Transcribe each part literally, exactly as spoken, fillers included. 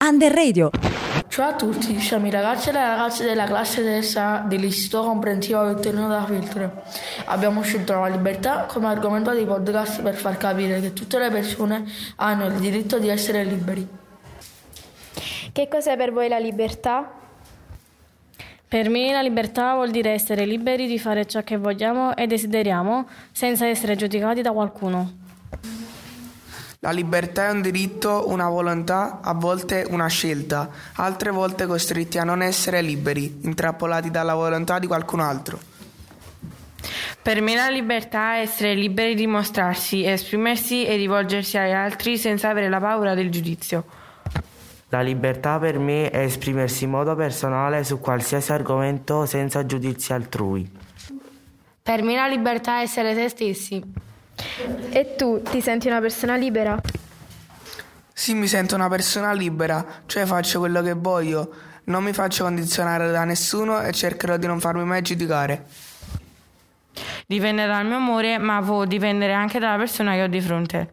Under Radio. Ciao a tutti, siamo i ragazzi e le ragazze della classe terza dell'Istituto Comprensivo Vittorino da Feltre. Abbiamo scelto la libertà come argomento dei podcast per far capire che tutte le persone hanno il diritto di essere liberi. Che cos'è per voi la libertà? Per me la libertà vuol dire essere liberi di fare ciò che vogliamo e desideriamo senza essere giudicati da qualcuno. La libertà è un diritto, una volontà, a volte una scelta, altre volte costretti a non essere liberi, intrappolati dalla volontà di qualcun altro. Per me la libertà è essere liberi di mostrarsi, esprimersi e rivolgersi agli altri senza avere la paura del giudizio. La libertà per me è esprimersi in modo personale su qualsiasi argomento senza giudizi altrui. Per me la libertà è essere se stessi. E tu ti senti una persona libera? Sì, mi sento una persona libera, cioè faccio quello che voglio, non mi faccio condizionare da nessuno e cercherò di non farmi mai giudicare. Dipende dal mio umore, ma può dipendere anche dalla persona che ho di fronte.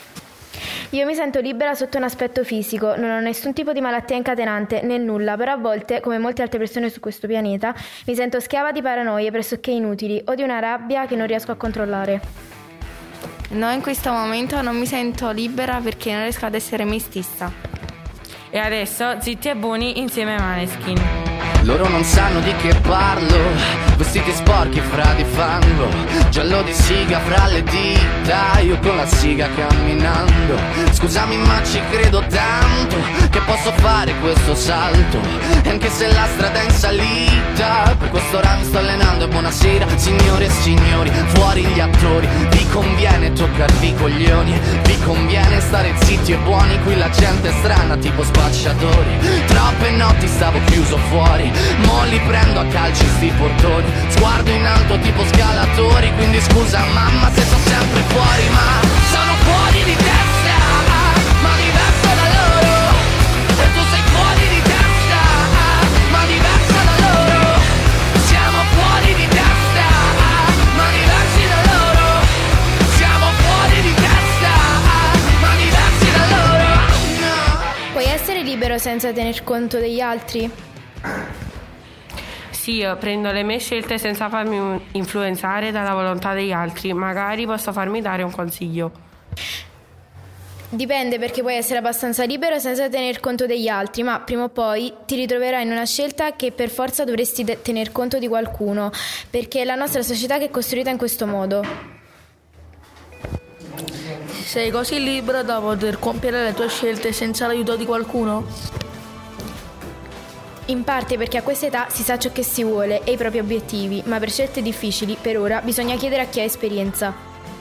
Io mi sento libera sotto un aspetto fisico, non ho nessun tipo di malattia incatenante né nulla, però a volte, come molte altre persone su questo pianeta, mi sento schiava di paranoie pressoché inutili o di una rabbia che non riesco a controllare. No, in questo momento non mi sento libera perché non riesco ad essere me stessa. E adesso zitti e buoni insieme ai Maneskin. Loro non sanno di che parlo, vestiti sporchi fra di fango, giallo di siga fra le dita, io con la siga camminando. Scusami ma ci credo tanto che posso fare questo salto, e anche se la strada è in salita, per questo ora mi sto allenando. E buonasera signore e signori, fuori gli attori, vi conviene toccarvi i coglioni, vi conviene stare zitti e buoni, qui la gente è strana tipo spacciatori. Troppe notti stavo chiuso fuori, mo li prendo a calci sti portoni, sguardo in alto tipo scalatori, quindi scusa mamma se sono sempre fuori, ma sono fuori di testa, ma diverso da loro, e tu sei fuori di testa, ma diversa da loro, siamo fuori di testa, ma diversi da loro, siamo fuori di testa, ma diversi da loro. No. Puoi essere libero senza tener conto degli altri? Sì, io prendo le mie scelte senza farmi influenzare dalla volontà degli altri. Magari posso farmi dare un consiglio. Dipende, perché puoi essere abbastanza libero senza tener conto degli altri, ma prima o poi ti ritroverai in una scelta che per forza dovresti de- tener conto di qualcuno, perché è la nostra società che è costruita in questo modo. Sei così libero da poter compiere le tue scelte senza l'aiuto di qualcuno? In parte perché a questa età si sa ciò che si vuole e i propri obiettivi, ma per scelte difficili, per ora, bisogna chiedere a chi ha esperienza.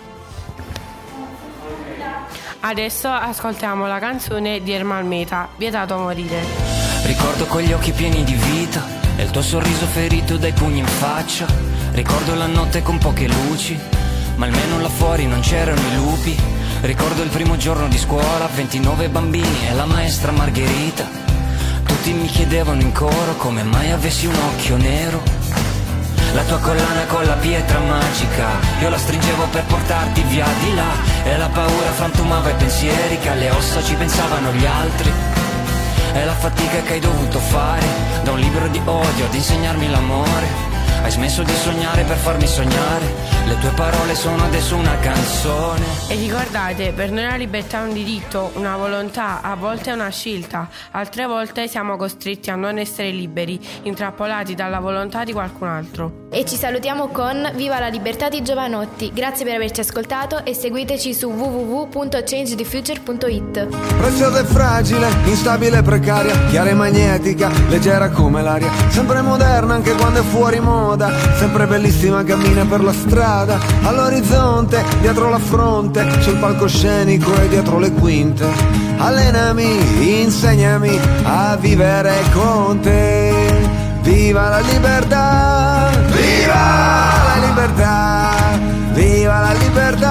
Adesso ascoltiamo la canzone di Ermal Meta, Vietato morire. Ricordo quegli occhi pieni di vita e il tuo sorriso ferito dai pugni in faccia. Ricordo la notte con poche luci, ma almeno là fuori non c'erano i lupi. Ricordo il primo giorno di scuola, ventinove bambini e la maestra Margherita. Tutti mi chiedevano in coro come mai avessi un occhio nero. La tua collana con la pietra magica, io la stringevo per portarti via di là. E la paura frantumava i pensieri, che alle ossa ci pensavano gli altri. E la fatica che hai dovuto fare, da un libro di odio ad insegnarmi l'amore. Hai smesso di sognare per farmi sognare, le tue parole sono adesso una canzone. E ricordate, per noi la libertà è un diritto, una volontà, a volte è una scelta, altre volte siamo costretti a non essere liberi, intrappolati dalla volontà di qualcun altro. E ci salutiamo con Viva la libertà di Giovanotti. Grazie per averci ascoltato e seguiteci su w w w punto change the future punto i t. Preziosa e fragile, instabile e precaria, chiara e magnetica, leggera come l'aria, sempre moderna anche quando è fuori moda, sempre bellissima, cammina per la strada, all'orizzonte, dietro la fronte, sul palcoscenico e dietro le quinte. Allenami, insegnami a vivere con te. Viva la libertà, viva la libertà, viva la libertà.